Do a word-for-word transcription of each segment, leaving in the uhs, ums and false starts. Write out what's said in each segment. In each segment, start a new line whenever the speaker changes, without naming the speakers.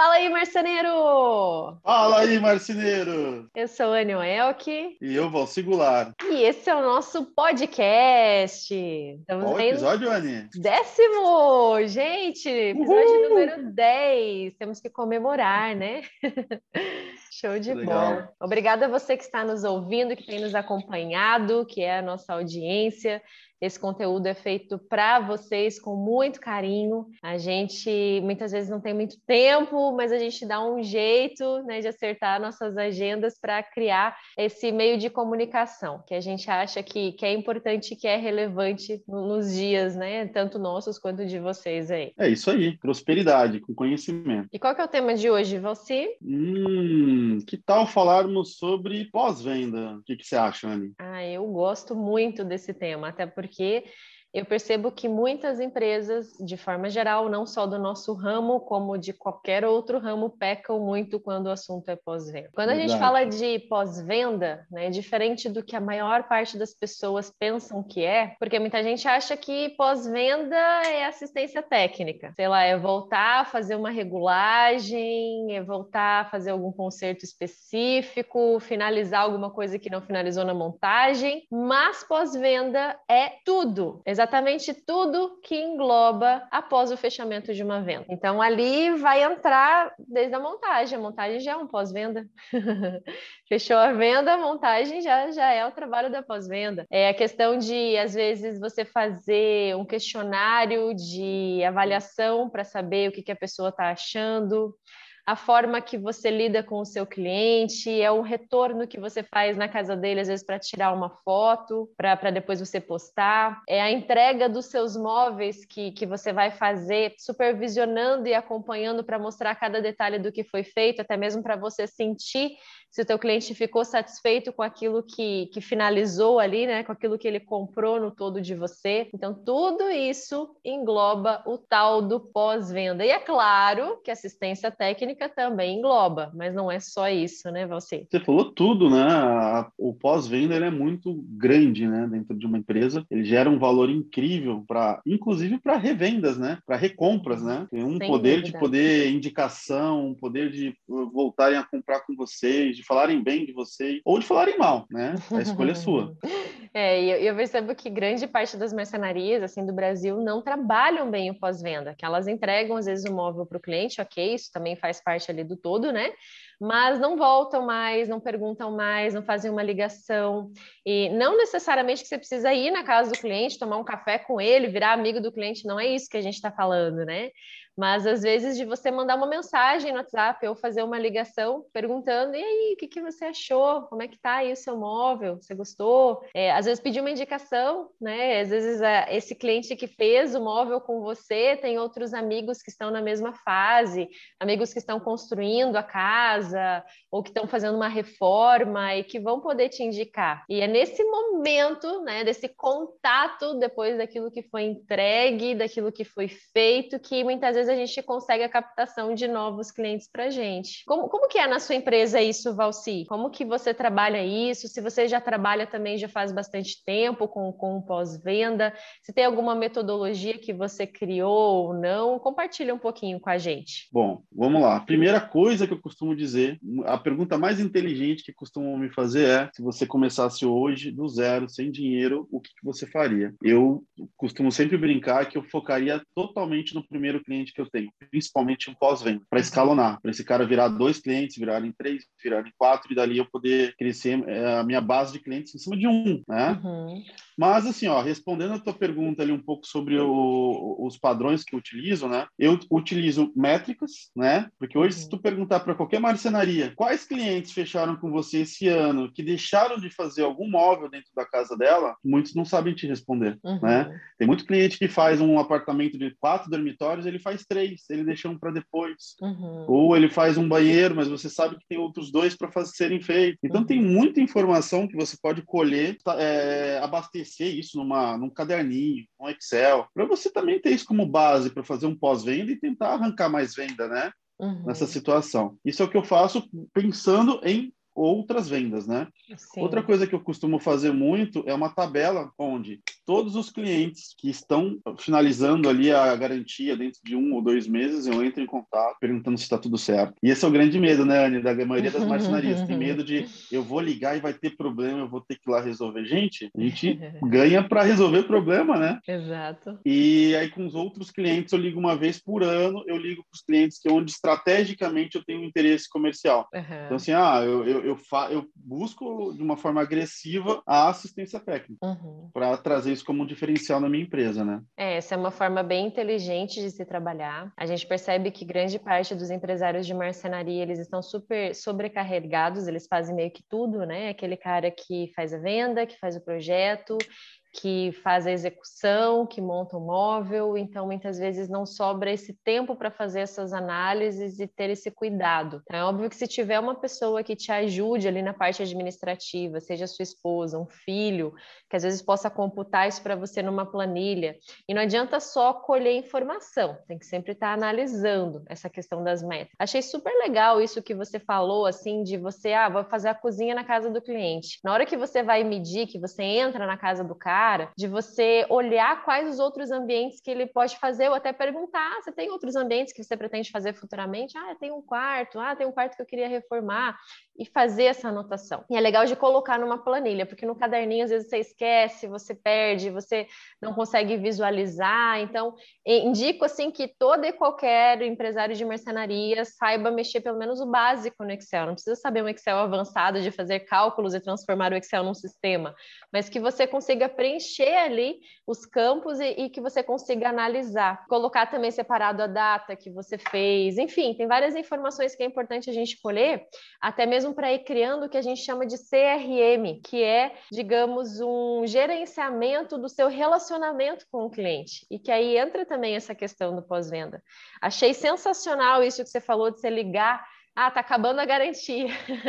Fala aí, marceneiro!
Fala aí, marceneiro!
Eu sou a Anne Elke.
E eu, Valci Goulart.
E esse é o nosso podcast. Estamos
Qual o
aí no
episódio, Anne?
décimo! Gente, episódio
Uhul!
número dez. Temos que comemorar, né? Show de
Legal.
bola. Obrigada a você que está nos ouvindo, que tem nos acompanhado, que é a nossa audiência. Esse conteúdo é feito para vocês com muito carinho. A gente muitas vezes não tem muito tempo, mas a gente dá um jeito, né, de acertar nossas agendas para criar esse meio de comunicação que a gente acha que, que é importante e que é relevante nos dias, né, tanto nossos quanto de vocês aí.
É isso aí, prosperidade com conhecimento.
E qual que é o tema de hoje, Valci?
Hum, que tal falarmos sobre pós-venda? O que, que você acha, Anne?
Ah, eu gosto muito desse tema, até porque eu percebo que muitas empresas, de forma geral, não só do nosso ramo, como de qualquer outro ramo, pecam muito quando o assunto é pós-venda. Quando a gente
Verdade.
fala de pós-venda, né, é diferente do que a maior parte das pessoas pensam que é, porque muita gente acha que pós-venda é assistência técnica. Sei lá, é voltar a fazer uma regulagem, é voltar a fazer algum conserto específico, finalizar alguma coisa que não finalizou na montagem, mas pós-venda é tudo. Exatamente tudo que engloba após o fechamento de uma venda. Então, ali vai entrar desde a montagem. A montagem já é um pós-venda. Fechou a venda, a montagem já, já é o trabalho da pós-venda. É a questão de, às vezes, você fazer um questionário de avaliação para saber o que, que a pessoa está achando. A forma que você lida com o seu cliente, é o retorno que você faz na casa dele, às vezes para tirar uma foto, para depois você postar, é a entrega dos seus móveis que, que você vai fazer, supervisionando e acompanhando para mostrar cada detalhe do que foi feito, até mesmo para você sentir se o teu cliente ficou satisfeito com aquilo que, que finalizou ali, né, com aquilo que ele comprou no todo de você. Então, tudo isso engloba o tal do pós-venda. E é claro que assistência técnica também engloba, mas não é só isso, né, Valci?
Você falou tudo, né? A- O pós-venda ele é muito grande, né? Dentro de uma empresa, ele gera um valor incrível para, inclusive para revendas, né? Para recompras, né? Tem um
Sem
poder de
dúvida.
poder indicação, um poder de uh, voltarem a comprar com vocês, de falarem bem de vocês ou de falarem mal, né? A escolha é sua.
É, e eu, eu percebo que grande parte das marcenarias, assim, do Brasil não trabalham bem o pós-venda, que elas entregam, às vezes, o móvel para o cliente, ok, isso também faz parte ali do todo, né? Mas não voltam mais, não perguntam mais, não fazem uma ligação. E não necessariamente que você precisa ir na casa do cliente, tomar um café com ele, virar amigo do cliente, não é isso que a gente está falando, né? Mas às vezes de você mandar uma mensagem no WhatsApp ou fazer uma ligação perguntando, e aí, o que, que você achou? Como é que tá aí o seu móvel? Você gostou? É, às vezes pedir uma indicação, né? Às vezes é, esse cliente que fez o móvel com você tem outros amigos que estão na mesma fase, amigos que estão construindo a casa ou que estão fazendo uma reforma e que vão poder te indicar. E é nesse momento, né, desse contato depois daquilo que foi entregue, daquilo que foi feito, que muitas vezes a gente consegue a captação de novos clientes para a gente. Como, como que é na sua empresa isso, Valci? Como que você trabalha isso? Se você já trabalha também já faz bastante tempo com, com pós-venda, se tem alguma metodologia que você criou ou não, compartilha um pouquinho com a gente.
Bom, vamos lá. Primeira coisa que eu costumo dizer, a pergunta mais inteligente que costumam me fazer é: se você começasse hoje do zero, sem dinheiro, o que, que você faria? Eu costumo sempre brincar que eu focaria totalmente no primeiro cliente que eu tenho, principalmente um pós-venda, para escalonar, para esse cara virar dois clientes, virarem três, virarem quatro, e dali eu poder crescer é, a minha base de clientes em cima de um, né?
Uhum.
Mas, assim, ó, respondendo a tua pergunta ali um pouco sobre o, os padrões que eu utilizo, né? Eu utilizo métricas, né? Porque hoje, se tu
Uhum.
perguntar para qualquer marcenaria quais clientes fecharam com você esse ano que deixaram de fazer algum móvel dentro da casa dela, muitos não sabem te responder, né?
Uhum.
Tem muito cliente que faz um apartamento de quatro dormitórios, ele faz três, ele deixa um para depois.
Uhum.
Ou ele faz um banheiro, mas você sabe que tem outros dois para serem feitos. Então, tem
Uhum.
muita informação que você pode colher, tá, é, abastecer isso numa, num caderninho, um Excel, para você também ter isso como base para fazer um pós-venda e tentar arrancar mais venda, né? Nessa
Uhum.
situação. Isso é o que eu faço pensando em outras vendas, né?
Sim.
Outra coisa que eu costumo fazer muito é uma tabela onde todos os clientes que estão finalizando ali a garantia dentro de um ou dois meses, eu entro em contato perguntando se está tudo certo. E esse é o grande medo, né, Anny, da maioria das marcenarias. Tem medo de eu vou ligar e vai ter problema, eu vou ter que ir lá resolver. Gente, a gente ganha para resolver problema, né?
Exato.
E aí com os outros clientes eu ligo uma vez por ano, eu ligo para os clientes que é onde estrategicamente eu tenho um interesse comercial. Uhum. Então assim, ah, eu, eu, eu, fa eu busco de uma forma agressiva a assistência técnica uhum. para trazer isso como um diferencial na minha empresa, né?
É, essa é uma forma bem inteligente de se trabalhar. A gente percebe que grande parte dos empresários de marcenaria, eles estão super sobrecarregados, eles fazem meio que tudo, né? Aquele cara que faz a venda, que faz o projeto, que faz a execução, que monta o móvel, então muitas vezes não sobra esse tempo para fazer essas análises e ter esse cuidado. Então, é óbvio que se tiver uma pessoa que te ajude ali na parte administrativa, seja sua esposa, um filho, que às vezes possa computar isso para você numa planilha, e não adianta só colher informação, tem que sempre estar analisando essa questão das metas. Achei super legal isso que você falou, assim, de você, ah, vou fazer a cozinha na casa do cliente. Na hora que você vai medir, que você entra na casa do cara, de você olhar quais os outros ambientes que ele pode fazer, ou até perguntar, ah, você tem outros ambientes que você pretende fazer futuramente? Ah, tem um quarto, ah, tem um quarto que eu queria reformar, e fazer essa anotação. E é legal de colocar numa planilha, porque no caderninho às vezes você esquece, você perde, você não consegue visualizar, então indico assim que todo e qualquer empresário de marcenaria saiba mexer pelo menos o básico no Excel, não precisa saber um Excel avançado de fazer cálculos e transformar o Excel num sistema, mas que você consiga preencher ali os campos e, e que você consiga analisar, colocar também separado a data que você fez, enfim, tem várias informações que é importante a gente colher, até mesmo para ir criando o que a gente chama de C R M, que é, digamos, um gerenciamento do seu relacionamento com o cliente, e que aí entra também essa questão do pós-venda. Achei sensacional isso que você falou de você ligar, ah, tá acabando a garantia.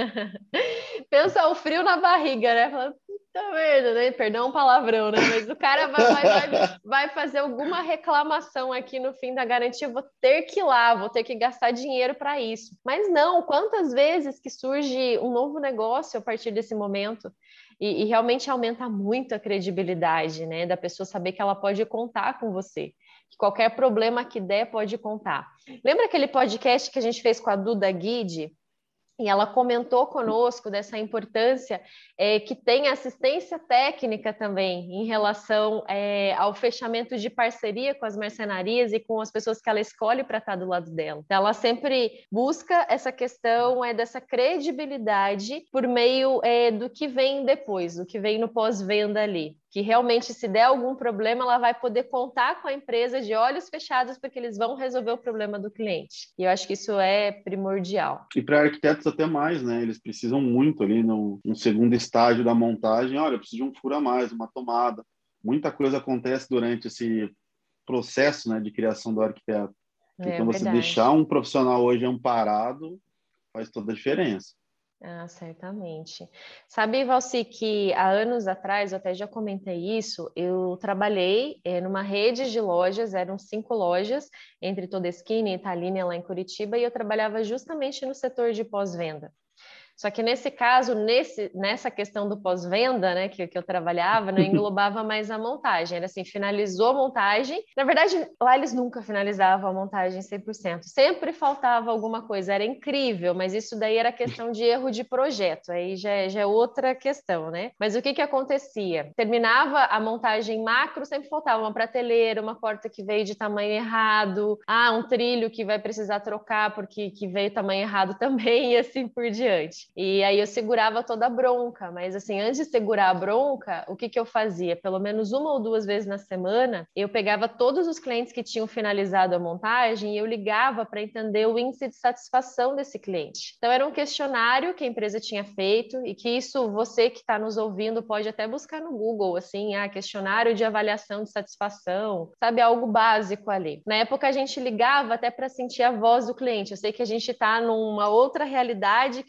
Pensa o frio na barriga, né? Falando, puta merda, né? Perdão o palavrão, né? Mas o cara vai, vai, vai, vai fazer alguma reclamação aqui no fim da garantia, eu vou ter que ir lá, vou ter que gastar dinheiro para isso. Mas não, quantas vezes que surge um novo negócio a partir desse momento? E, e realmente aumenta muito a credibilidade, né? Da pessoa saber que ela pode contar com você. Que qualquer problema que der, pode contar. Lembra aquele podcast que a gente fez com a Duda Guide? E ela comentou conosco dessa importância é, que tem assistência técnica também em relação é, ao fechamento de parceria com as marcenarias e com as pessoas que ela escolhe para estar do lado dela. Então, ela sempre busca essa questão é, dessa credibilidade por meio é, do que vem depois, do que vem no pós-venda ali. Que realmente, se der algum problema, ela vai poder contar com a empresa de olhos fechados, porque eles vão resolver o problema do cliente. E eu acho que isso é primordial.
E para arquitetos até mais, né? Eles precisam muito ali no, no segundo estágio da montagem. Olha, eu preciso de um furo a mais, uma tomada. Muita coisa acontece durante esse processo, né, de criação do arquiteto.
É,
então, você
verdade.
deixar um profissional hoje amparado faz toda a diferença.
Ah, certamente. Sabe, Valci, que há anos atrás, eu até já comentei isso, eu trabalhei é, numa rede de lojas, eram cinco lojas, entre Todeschini e Italínia, lá em Curitiba, e eu trabalhava justamente no setor de pós-venda. Só que nesse caso, nesse, nessa questão do pós-venda, né, que, que eu trabalhava, não englobava mais a montagem. Era assim, finalizou a montagem. Na verdade, lá eles nunca finalizavam a montagem cem por cento. Sempre faltava alguma coisa. Era incrível, mas isso daí era questão de erro de projeto. Aí já, é, já é outra questão, né? Mas o que que acontecia? Terminava a montagem macro, sempre faltava uma prateleira, uma porta que veio de tamanho errado, ah, um trilho que vai precisar trocar porque que veio tamanho errado também, e assim por diante. E aí eu segurava toda a bronca, mas assim, antes de segurar a bronca, o que que eu fazia? Pelo menos uma ou duas vezes na semana, eu pegava todos os clientes que tinham finalizado a montagem e eu ligava para entender o índice de satisfação desse cliente. Então era um questionário que a empresa tinha feito e que isso você que está nos ouvindo pode até buscar no Google, assim, ah, questionário de avaliação de satisfação, sabe, algo básico ali. Na época a gente ligava até para sentir a voz do cliente. Eu sei que a gente está numa outra realidade que hoje todo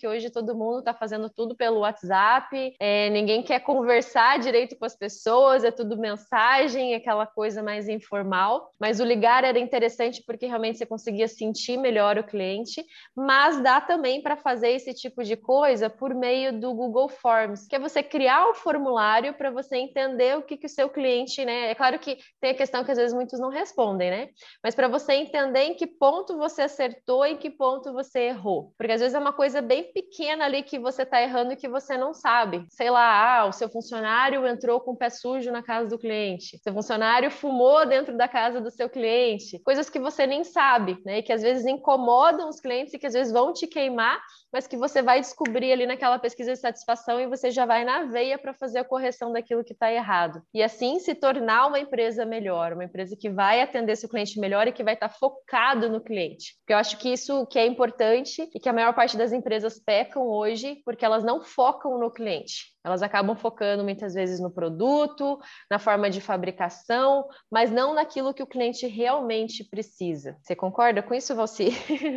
todo mundo está fazendo tudo pelo WhatsApp, é, ninguém quer conversar direito com as pessoas, é tudo mensagem, aquela coisa mais informal, mas o ligar era interessante porque realmente você conseguia sentir melhor o cliente, mas dá também para fazer esse tipo de coisa por meio do Google Forms, que é você criar o formulário para você entender o que, que o seu cliente, né? É claro que tem a questão que às vezes muitos não respondem, né? Mas para você entender em que ponto você acertou e em que ponto você errou. Porque às vezes é uma coisa bem pequena ali que você está errando e que você não sabe. Sei lá, ah, o seu funcionário entrou com o pé sujo na casa do cliente. Seu funcionário fumou dentro da casa do seu cliente. Coisas que você nem sabe, né? E que às vezes incomodam os clientes e que às vezes vão te queimar, mas que você vai descobrir ali naquela pesquisa de satisfação e você já vai na veia para fazer a correção daquilo que está errado. E assim se tornar uma empresa melhor, uma empresa que vai atender seu cliente melhor e que vai estar focado no cliente. Porque eu acho que isso que é importante e que a maior parte das empresas pecam hoje porque elas não focam no cliente. Elas acabam focando muitas vezes no produto, na forma de fabricação, mas não naquilo que o cliente realmente precisa. Você concorda com isso, Valci?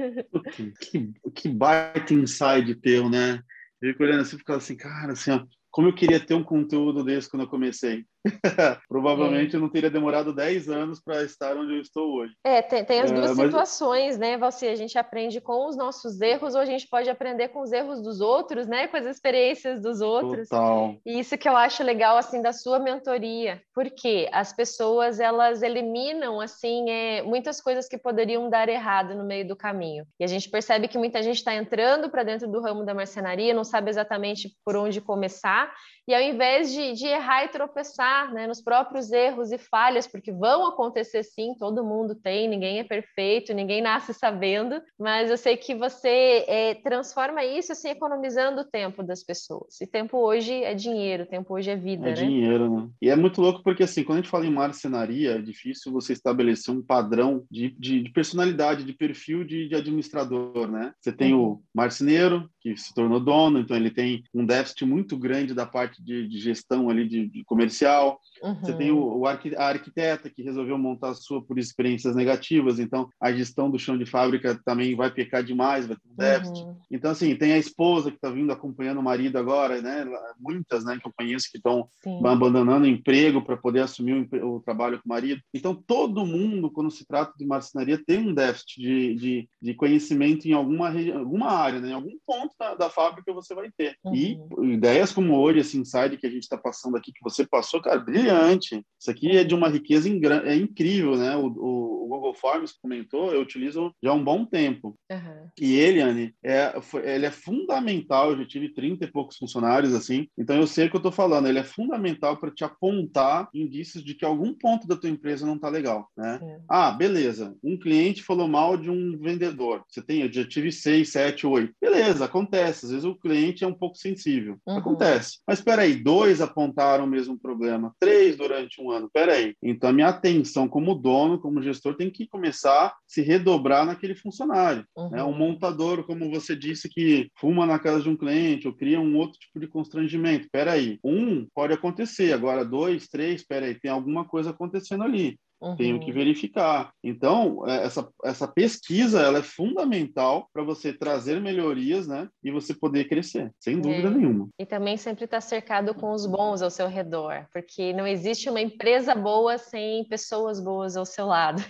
Que, que baita insight teu, né? Eu fico olhando assim e ficava assim, cara, assim, ó, como eu queria ter um conteúdo desse quando eu comecei. Provavelmente
É.
eu não teria demorado dez anos para estar onde eu estou hoje.
É, tem, tem as duas
É, mas
situações, né, Valci? A gente aprende com os nossos erros ou a gente pode aprender com os erros dos outros, né, com as experiências dos outros.
total.
E isso que eu acho legal, assim, da sua mentoria, porque as pessoas, elas eliminam, assim, é, muitas coisas que poderiam dar errado no meio do caminho. E a gente percebe que muita gente está entrando para dentro do ramo da marcenaria, não sabe exatamente por onde começar, e ao invés de, de errar e tropeçar, né, nos próprios erros e falhas, porque vão acontecer sim, todo mundo tem, ninguém é perfeito, ninguém nasce sabendo, mas eu sei que você é, transforma isso assim, economizando o tempo das pessoas. E tempo hoje é dinheiro, tempo hoje é
É
vida, né?
dinheiro, né? E é muito louco porque, assim, quando a gente fala em marcenaria, é difícil você estabelecer um padrão de, de, de personalidade, de perfil de, de administrador, né? Você tem
Uhum.
o marceneiro, que se tornou dono, então ele tem um déficit muito grande da parte de, de gestão ali de, de comercial. Você tem o,
Uhum.
o arqui, a arquiteta, que resolveu montar a sua por experiências negativas, então a gestão do chão de fábrica também vai pecar demais, vai ter um déficit.
Uhum.
Então, assim, tem a esposa que está vindo acompanhando o marido agora, né? Muitas, né, que eu conheço que estão
Sim.
abandonando o emprego para poder assumir o, o, trabalho com o marido. Então, todo mundo, quando se trata de marcenaria, tem um déficit de, de, de conhecimento em alguma, alguma área, né? Em algum ponto da, da fábrica você vai ter. E
Uhum.
ideias como hoje, esse insight que a gente está passando aqui, que você passou, cara, brilhante. Isso aqui é de uma
Uhum.
riqueza é incrível, né? O, o, o Google Forms comentou, eu utilizo já há um bom tempo.
Uhum.
E ele, Anne, é, ele é fundamental. Eu já tive trinta e poucos funcionários, assim, então eu sei o que eu estou falando. Ele é fundamental para te apontar indícios de que algum ponto da tua empresa não está legal, né?
Sim.
Ah, beleza. Um cliente falou mal de um vendedor. Você tem, eu já tive seis, sete, oito. Beleza, acontece. Às vezes o cliente é um pouco sensível.
Uhum.
Acontece. Mas espera aí, dois apontaram o mesmo problema, três durante um ano. Espera aí. Então a minha atenção como dono, como gestor, tem que começar a se redobrar naquele funcionário. Né? Um
Uhum.
montador, como você disse, que fuma na casa de um cliente ou cria um outro tipo de constrangimento. Espera aí. Um pode acontecer. Agora dois, três, espera aí. Tem alguma coisa acontecendo ali. Tenho que
Uhum.
verificar. Então, essa, essa pesquisa ela é fundamental para você trazer melhorias, né? E você poder crescer, sem dúvida
É.
nenhuma.
E também sempre estar cercado com os bons ao seu redor, porque não existe uma empresa boa sem pessoas boas ao seu lado.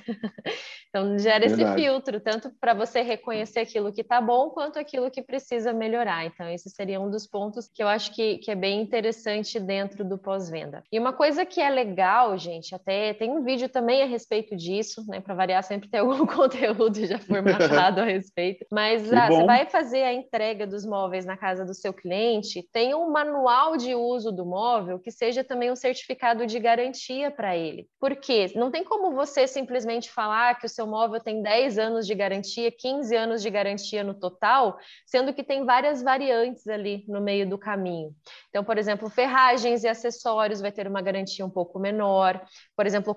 Então, gera esse
Verdade.
filtro, tanto para você reconhecer aquilo que está bom, quanto aquilo que precisa melhorar. Então, esse seria um dos pontos que eu acho que, que é bem interessante dentro do pós-venda. E uma coisa que é legal, gente, até tem um vídeo também a respeito disso, né? Para variar, sempre tem algum conteúdo já formatado a respeito. Mas
Que
ah, você
bom.
vai fazer a entrega dos móveis na casa do seu cliente, tem um manual de uso do móvel que seja também um certificado de garantia para ele. Por quê? Não tem como você simplesmente falar que o seu móvel tem dez anos de garantia, quinze anos de garantia no total, sendo que tem várias variantes ali no meio do caminho. Então, por exemplo, ferragens e acessórios vai ter uma garantia um pouco menor, por exemplo, contra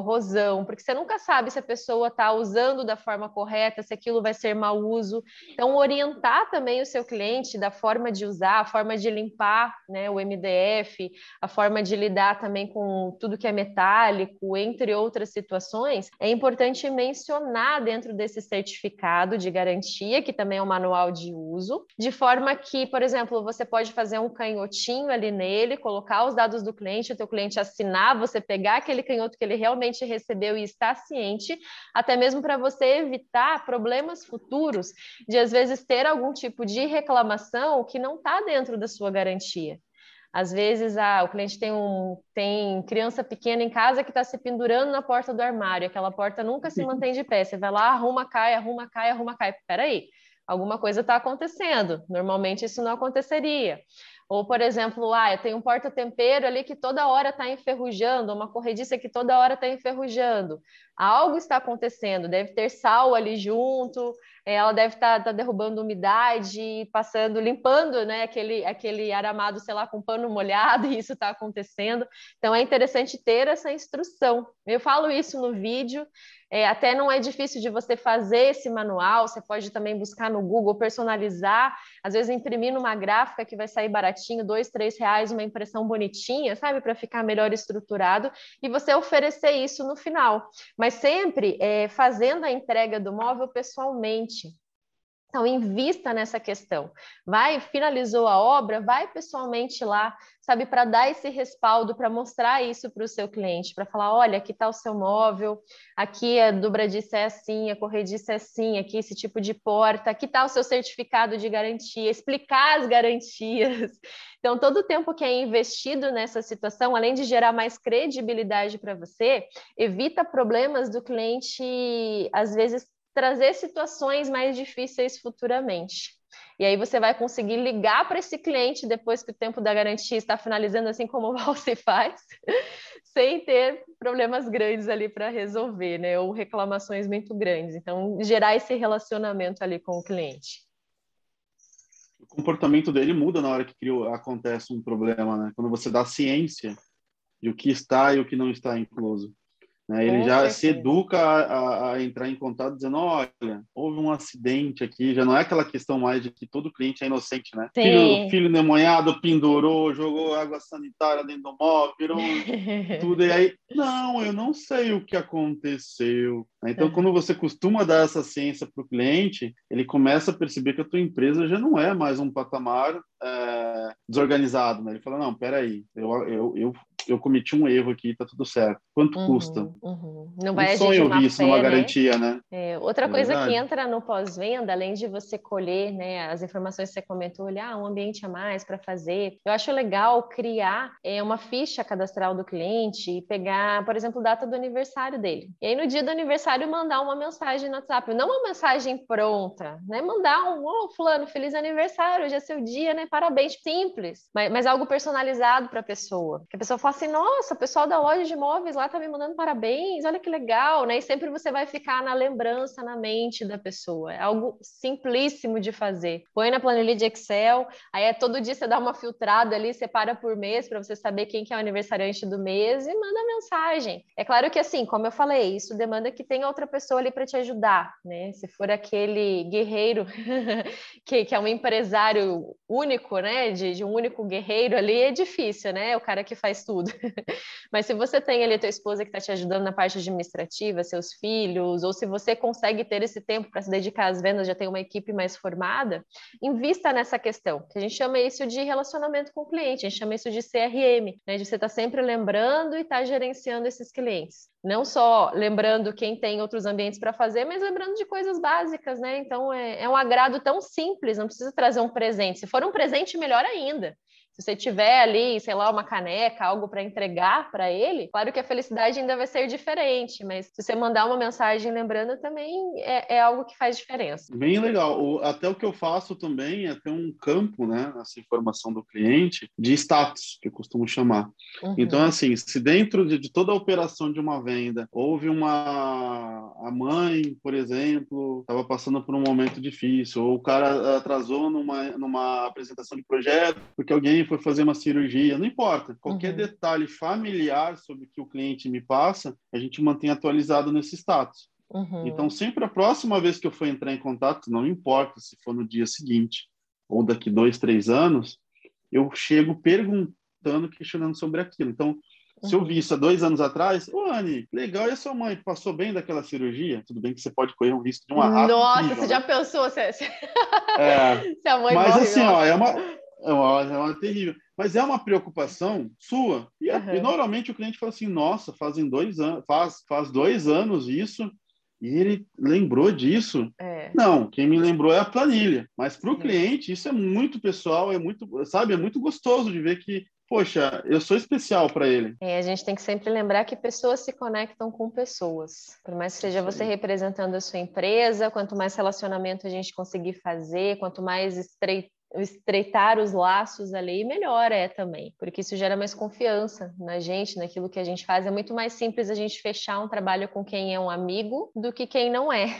corrosão, porque você nunca sabe se a pessoa está usando da forma correta, se aquilo vai ser mau uso. Então, orientar também o seu cliente da forma de usar, a forma de limpar, né, o M D F, a forma de lidar também com tudo que é metálico, entre outras situações, é importante mencionar dentro desse certificado de garantia, que também é um manual de uso, de forma que, por exemplo, você pode fazer um canhotinho ali nele, colocar os dados do cliente, o teu cliente assinar, você pegar aquele canhoto que ele realmente recebeu e está ciente, até mesmo para você evitar problemas futuros de, às vezes, ter algum tipo de reclamação que não está dentro da sua garantia. Às vezes, ah, o cliente tem, um, tem criança pequena em casa que está se pendurando na porta do armário, aquela porta nunca se mantém de pé. Você vai lá, arruma, cai, arruma, cai, arruma, cai. Peraí, alguma coisa está acontecendo. Normalmente isso não aconteceria. Ou, por exemplo, ah, eu tenho um porta-tempero ali que toda hora está enferrujando, uma corrediça que toda hora está enferrujando. Algo está acontecendo, deve ter sal ali junto, ela deve estar tá, tá derrubando umidade, passando, limpando, né, aquele, aquele aramado, sei lá, com pano molhado, e isso está acontecendo. Então, é interessante ter essa instrução. Eu falo isso no vídeo. É, até não é difícil de você fazer esse manual, você pode também buscar no Google, personalizar, às vezes imprimir numa gráfica que vai sair baratinho, dois, três reais, uma impressão bonitinha, sabe, para ficar melhor estruturado, e você oferecer isso no final. Mas sempre é, fazendo a entrega do móvel pessoalmente. Então, invista nessa questão. Vai, finalizou a obra, vai pessoalmente lá, sabe, para dar esse respaldo, para mostrar isso para o seu cliente, para falar, olha, aqui está o seu móvel, aqui a dobradiça é assim, a corrediça é assim, aqui esse tipo de porta, aqui está o seu certificado de garantia, explicar as garantias. Então, todo o tempo que é investido nessa situação, além de gerar mais credibilidade para você, evita problemas do cliente, às vezes, trazer situações mais difíceis futuramente. E aí você vai conseguir ligar para esse cliente depois que o tempo da garantia está finalizando, assim como você faz, sem ter problemas grandes ali para resolver, né? Ou reclamações muito grandes. Então, gerar esse relacionamento ali com o cliente.
O comportamento dele muda na hora que cria, acontece um problema, né? Quando você dá ciência de o que está e o que não está incluso. Né? Ele
Com
já
certeza.
se educa a, a, a entrar em contato dizendo, olha, houve um acidente aqui, já não é aquela questão mais de que todo cliente é inocente, né? Filho, filho endemoniado, pendurou, jogou água sanitária dentro do móvel, virou tudo, e aí, não, eu não sei o que aconteceu. Então, quando você costuma dar essa ciência para o cliente, ele começa a perceber que a tua empresa já não é mais um patamar é, desorganizado, né? Ele fala, não, peraí, eu, eu, eu, eu cometi um erro aqui, tá tudo certo. Quanto
uhum,
custa?
Uhum. Não
Um
vai agir
sonho
de
eu
má
vi isso
fé,
numa
né?
garantia, né?
É, outra
É
coisa que
verdade.
entra no pós-venda, além de você colher, né, as informações que você comentou, olhar um ambiente a mais para fazer, eu acho legal criar é, uma ficha cadastral do cliente e pegar, por exemplo, data do aniversário dele. E aí, no dia do aniversário, mandar uma mensagem no WhatsApp, não uma mensagem pronta, né? Mandar um, ô, oh, fulano, feliz aniversário, hoje é seu dia, né? Parabéns, simples, mas, mas algo personalizado para a pessoa. Que a pessoa fala assim, nossa, o pessoal da loja de imóveis lá tá me mandando parabéns, olha que legal, né? E sempre você vai ficar na lembrança, na mente da pessoa. É algo simplíssimo de fazer. Põe na planilha de Excel, aí é todo dia você dá uma filtrada ali, separa por mês para você saber quem que é o aniversariante do mês e manda mensagem. É claro que assim, como eu falei, isso demanda que tenha outra pessoa ali para te ajudar, né? Se for aquele guerreiro que, que é um empresário único, né? De, de um único guerreiro ali, é difícil, né? O cara que faz tudo. Mas se você tem ali a tua esposa que está te ajudando na parte administrativa, seus filhos, ou se você consegue ter esse tempo para se dedicar às vendas, já tem uma equipe mais formada, invista nessa questão, que a gente chama isso de relacionamento com o cliente, a gente chama isso de C R M, né? De você estar tá sempre lembrando e estar tá gerenciando esses clientes. Não só lembrando quem tem outros ambientes para fazer, mas lembrando de coisas básicas, né? Então é, é um agrado tão simples, não precisa trazer um presente. Se for um presente, melhor ainda. Se você tiver ali, sei lá, uma caneca, algo para entregar para ele, claro que a felicidade ainda vai ser diferente, mas se você mandar uma mensagem lembrando também é, é algo que faz diferença.
Bem legal. O, até o que eu faço também é ter um campo, né, nessa informação do cliente, de status, que eu costumo chamar.
Uhum.
Então, assim, se dentro de, de toda a operação de uma venda houve uma... A mãe, por exemplo, estava passando por um momento difícil, ou o cara atrasou numa, numa apresentação de projeto porque alguém alguém foi fazer uma cirurgia, não importa. Qualquer
Uhum.
detalhe familiar sobre o que o cliente me passa, a gente mantém atualizado nesse status.
Uhum.
Então, sempre a próxima vez que eu for entrar em contato, não importa se for no dia seguinte ou daqui dois, três anos, eu chego perguntando, questionando sobre aquilo. Então, se eu vi isso há dois anos atrás, ô, Anny, legal, e a sua mãe passou bem daquela cirurgia? Tudo bem que você pode correr um risco de uma rato
Nossa,
incrível,
você
né?
já pensou se, se...
É,
se a mãe
mas
morre?
assim, ó,
Nossa.
é uma, é uma, é uma terrível. Mas é uma preocupação sua. E, é- e
Uhum.
normalmente o cliente fala assim, nossa, fazem dois anos, faz, faz dois anos isso, e ele lembrou disso.
É,
Não, quem me lembrou é a planilha. Mas para o
sim.
cliente, isso é muito pessoal, é muito, sabe, é muito gostoso de ver que, poxa, eu sou especial para ele.
É, a gente tem que sempre lembrar que pessoas se conectam com pessoas. Por mais que seja
Isso
você
aí.
representando a sua empresa, quanto mais relacionamento a gente conseguir fazer, quanto mais estreito estreitar os laços ali, melhor é também, porque isso gera mais confiança na gente, naquilo que a gente faz. É muito mais simples a gente fechar um trabalho com quem é um amigo do que quem não é,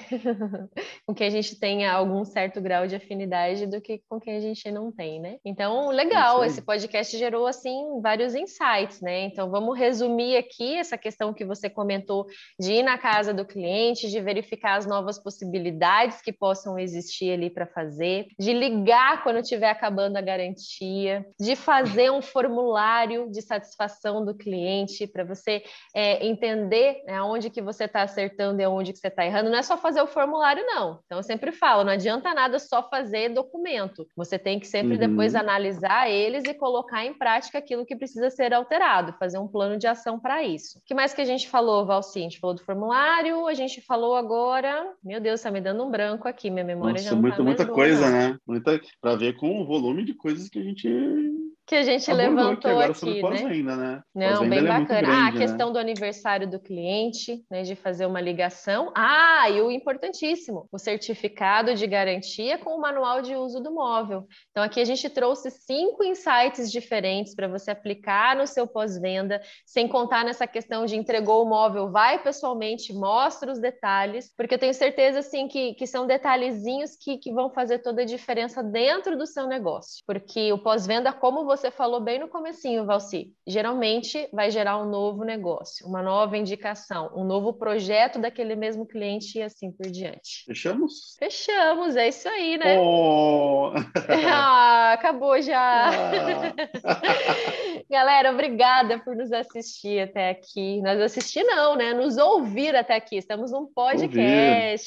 com quem a gente tenha algum certo grau de afinidade do que com quem a gente não tem, né? Então,
É isso
legal,
aí.
esse podcast gerou, assim, vários insights, né? Então, vamos resumir aqui essa questão que você comentou de ir na casa do cliente, de verificar as novas possibilidades que possam existir ali para fazer, de ligar quando estiver acabando a garantia, de fazer um formulário de satisfação do cliente para você é, entender, né, aonde que você está acertando e aonde que você está errando. Não é só fazer o formulário, não. Então, eu sempre falo, não adianta nada só fazer documento. Você tem que sempre depois
Uhum.
analisar eles e colocar em prática aquilo que precisa ser alterado, fazer um plano de ação para isso. O que mais que a gente falou, Valci? A gente falou do formulário, a gente falou agora... Meu Deus, está me dando um branco aqui, minha memória já
Nossa,
não está
muita,
mais
muita
boa,
coisa,
não.
né? Muita, para ver com o volume de coisas que a gente
Que a gente
abordou aqui
levantou
agora sobre
aqui, né?
pós-venda, né?
Não,
Pós-venda
bem
ele é muito
bacana. Ah, a
grande, né?
questão do aniversário do cliente, né, de fazer uma ligação. Ah, e o importantíssimo, o certificado de garantia com o manual de uso do móvel. Então, aqui a gente trouxe cinco insights diferentes para você aplicar no seu pós-venda, sem contar nessa questão de entregou o móvel, vai pessoalmente, mostra os detalhes, porque eu tenho certeza, assim, que, que são detalhezinhos que, que vão fazer toda a diferença dentro do seu negócio. Porque o pós-venda, como você falou bem no comecinho, Valci, geralmente vai gerar um novo negócio, uma nova indicação, um novo projeto daquele mesmo cliente e assim por diante.
Fechamos?
Fechamos, é isso aí, né?
Oh!
Ah, acabou já.
Ah!
Galera, obrigada por nos assistir até aqui. Nos assistir não, né? Nos ouvir até aqui. Estamos num
Ouvir.
podcast.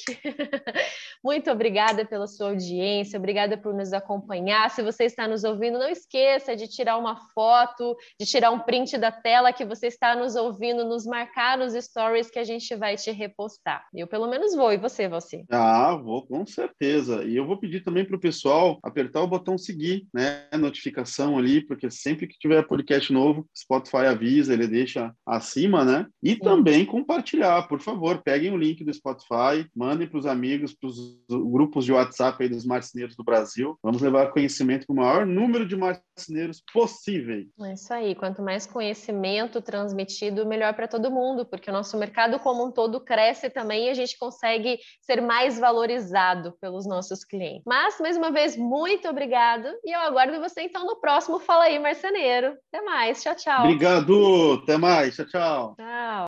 Muito obrigada pela sua audiência, obrigada por nos acompanhar. Se você está nos ouvindo, não esqueça de tirar uma foto, de tirar um print da tela que você está nos ouvindo, nos marcar nos stories que a gente vai te repostar. Eu pelo menos vou, e você, Valci?
Ah, vou, com certeza. E eu vou pedir também para o pessoal apertar o botão seguir, né? Notificação ali, porque sempre que tiver podcast novo, Spotify avisa, ele deixa acima, né? E
Sim.
também compartilhar, por favor, peguem o link do Spotify, mandem para os amigos, para os grupos de WhatsApp aí dos marceneiros do Brasil. Vamos levar conhecimento para o maior número de marceneiros possíveis.
É isso aí. Quanto mais conhecimento transmitido, melhor para todo mundo, porque o nosso mercado como um todo cresce também e a gente consegue ser mais valorizado pelos nossos clientes. Mas, mais uma vez, muito obrigado e eu aguardo você então no próximo Fala aí, Marceneiro. Até mais. Tchau, tchau.
Obrigado, até mais, tchau, tchau.
Tchau.